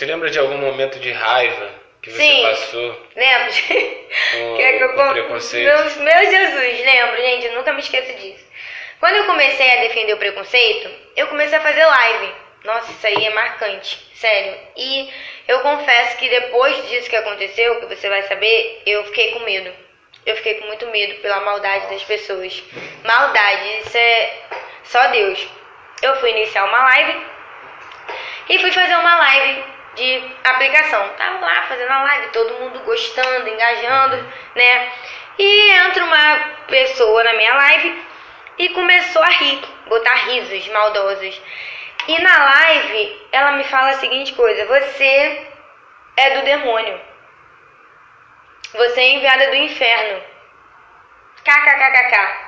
Você lembra de algum momento de raiva que você Sim, passou? lembro. Com preconceito? Meu Jesus, lembro, gente, eu nunca me esqueço disso. Quando eu comecei a defender o preconceito, eu comecei a fazer live. Nossa, isso aí é marcante, sério. E eu confesso que depois disso que aconteceu, que você vai saber, eu fiquei com medo. Eu fiquei com muito medo pela maldade das pessoas. Maldade, isso é só Deus. Eu fui iniciar uma live e fui fazer uma live de aplicação. Tava lá fazendo a live, todo mundo gostando, engajando, né? E entra uma pessoa na minha live e começou a rir, botar risos maldosos. E na live, ela me fala a seguinte coisa: você é do demônio. Você é enviada do inferno. KKKKK.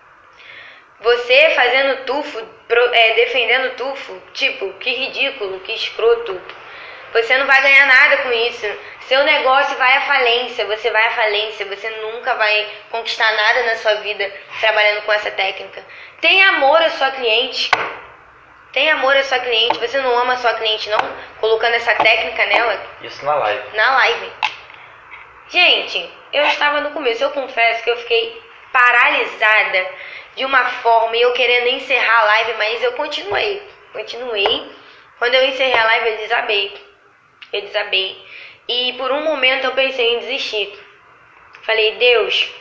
Você fazendo tufo, defendendo tufo, tipo, que ridículo, que escroto. Você não vai ganhar nada com isso. Seu negócio vai à falência, você vai à falência. Você nunca vai conquistar nada na sua vida trabalhando com essa técnica. Tenha amor à sua cliente. Tenha amor à sua cliente. Você não ama a sua cliente, não? Colocando essa técnica nela. Isso na live. Na live. Gente, eu estava no começo. Eu confesso que eu fiquei paralisada de uma forma. E eu querendo encerrar a live, mas eu continuei. Quando eu encerrei a live, eu desabei. E por um momento eu pensei em desistir. Falei, Deus,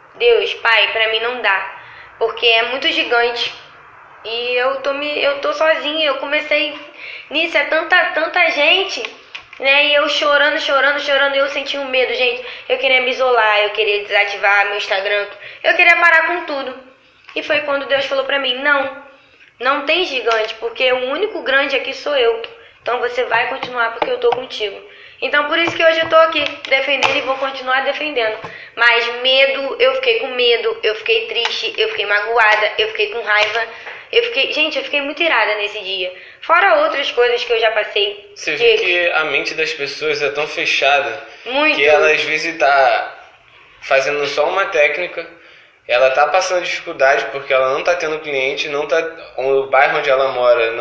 Pai, pra mim não dá. Porque é muito gigante. E eu tô sozinha. Eu comecei nisso, é tanta gente, né? E eu chorando. E eu senti um medo, gente. Eu queria me isolar, eu queria desativar meu Instagram. Eu queria parar com tudo. E foi quando Deus falou pra mim, não tem gigante, porque o único grande aqui sou eu. Então você vai continuar porque eu tô contigo. Então por isso que hoje eu tô aqui defendendo e vou continuar defendendo. Mas medo, eu fiquei com medo, eu fiquei triste, eu fiquei magoada, eu fiquei com raiva. Eu fiquei muito irada nesse dia. Fora outras coisas que eu já passei. Você vê que a mente das pessoas é tão fechada muito. Que ela às vezes tá fazendo só uma técnica. Ela tá passando dificuldade porque ela não tá tendo cliente, o bairro onde ela mora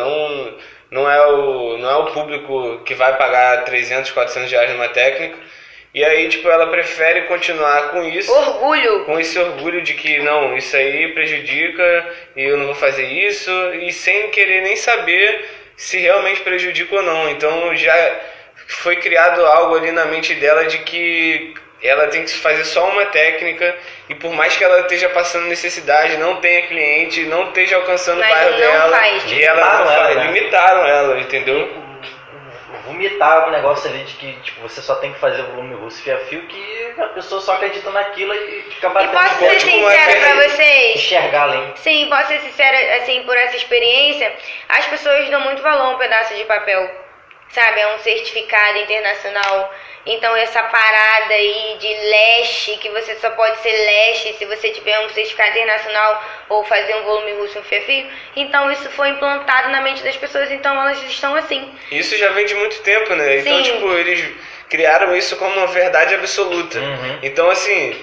não é o público que vai pagar 300, 400 reais numa técnica. E aí, tipo, ela prefere continuar com isso. Orgulho. Com esse orgulho de que, não, isso aí prejudica e eu não vou fazer isso. E sem querer nem saber se realmente prejudica ou não. Então já foi criado algo ali na mente dela de que ela tem que fazer só uma técnica. E por mais que ela esteja passando necessidade, não tenha cliente, não esteja alcançando o bairro dela. E ela não faz. Limitaram ela, entendeu? Vomitar o negócio ali de que tipo, você só tem que fazer volume russo e fio, que a pessoa só acredita naquilo e fica batendo. E posso ser sincera pra vocês? Enxergar além. Sim, posso ser sincera, assim, por essa experiência, as pessoas dão muito valor a um pedaço de papel, sabe? É um certificado internacional. Então essa parada aí de leste, que você só pode ser leste se você tiver um certificado internacional ou fazer um volume russo, um fio. Então isso foi implantado na mente das pessoas, então elas estão assim. Isso já vem de muito tempo, né? Sim. Então, tipo, eles criaram isso como uma verdade absoluta. Uhum. Então, assim,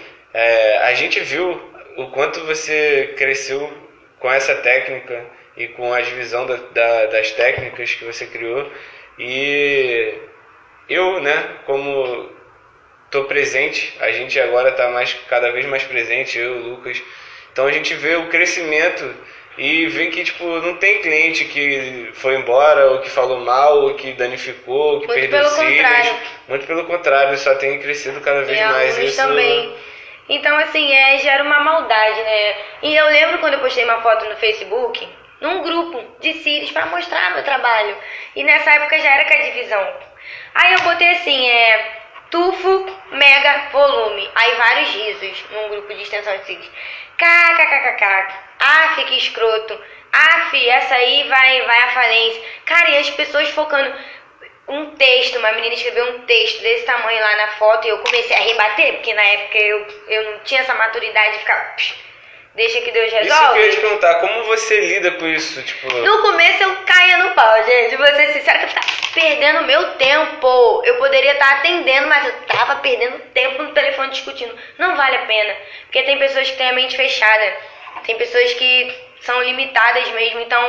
a gente viu o quanto você cresceu com essa técnica e com a divisão das técnicas que você criou. E eu, né, como tô presente, a gente agora tá cada vez mais presente, eu e o Lucas. Então a gente vê o crescimento e vê que, tipo, não tem cliente que foi embora, ou que falou mal, ou que danificou, ou que perdeu cílios. Muito pelo contrário, só tem crescido cada vez mais. Isso também. Então, assim, gera uma maldade, né? E eu lembro quando eu postei uma foto no Facebook, num grupo de cílios, pra mostrar meu trabalho. E nessa época já era com a divisão. Aí eu botei assim, tufo, mega, volume. Aí vários risos num grupo de extensão de cílios. KKKKK. Aff, que escroto. Aff, essa aí vai à falência. Cara, e as pessoas focando um texto, uma menina escreveu um texto desse tamanho lá na foto e eu comecei a rebater, porque na época eu não tinha essa maturidade de ficar... Deixa que Deus resolve. Isso que eu ia te perguntar, como você lida com isso? Tipo... No começo eu caía no pau, gente. Vou ser sincera que eu ficava perdendo meu tempo. Eu poderia estar atendendo, mas eu tava perdendo tempo no telefone discutindo. Não vale a pena. Porque tem pessoas que têm a mente fechada. Tem pessoas que são limitadas mesmo. Então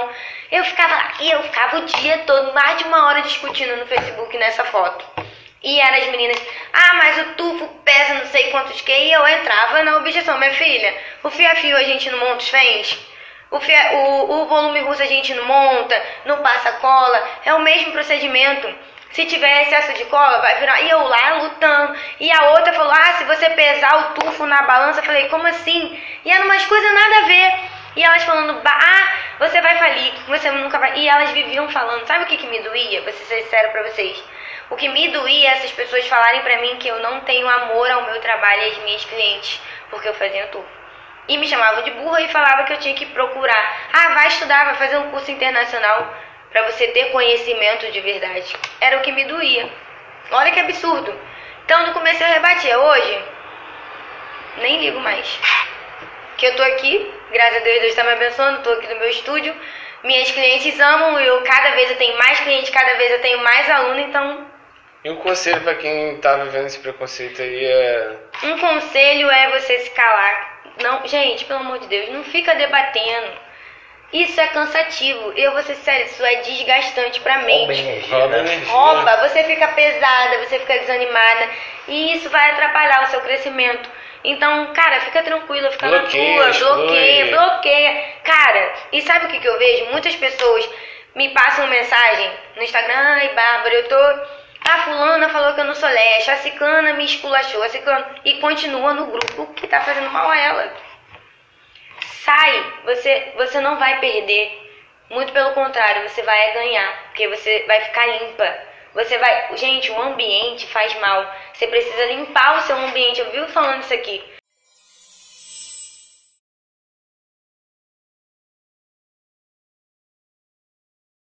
Eu ficava lá, e eu ficava o dia todo, mais de 1 hora discutindo no Facebook nessa foto. E eram as meninas, mas o tufo pesa não sei quantos que, e eu entrava na objeção, minha filha, o fio-a-fio a gente não monta os fãs, o volume russo a gente não monta, não passa cola, é o mesmo procedimento. Se tiver excesso de cola, vai virar. E eu lá lutando. E a outra falou, se você pesar o tufo na balança, eu falei, como assim? E eram umas coisas nada a ver. E elas falando, você vai falir, você nunca vai. E elas viviam falando, sabe o que me doía? Vou ser sincero pra vocês. O que me doía é essas pessoas falarem pra mim que eu não tenho amor ao meu trabalho e às minhas clientes, porque eu fazia tufo. E me chamavam de burra e falavam que eu tinha que procurar. Vai estudar, vai fazer um curso internacional pra você ter conhecimento de verdade. Era o que me doía. Olha que absurdo. Então no começo eu rebatia. Hoje, nem ligo mais. Que eu tô aqui, graças a Deus está me abençoando, tô aqui no meu estúdio. Minhas clientes amam, cada vez eu tenho mais clientes, cada vez eu tenho mais aluno, então... E um conselho pra quem tá vivendo esse preconceito aí é... Um conselho é você se calar. Não, gente, pelo amor de Deus, não fica debatendo. Isso é cansativo. Eu vou ser sério, isso é desgastante pra mente. Rouba, você fica pesada, você fica desanimada. E isso vai atrapalhar o seu crescimento. Então, cara, fica tranquila, fica na tua, bloqueia. Cara, e sabe o que eu vejo? Muitas pessoas me passam mensagem no Instagram, Bárbara, eu tô... A fulana falou que eu não sou leste, a ciclana me esculachou, e continua no grupo que tá fazendo mal a ela. Sai, você não vai perder, muito pelo contrário, você vai ganhar, porque você vai ficar limpa. Gente, o ambiente faz mal, você precisa limpar o seu ambiente, eu vivo falando isso aqui.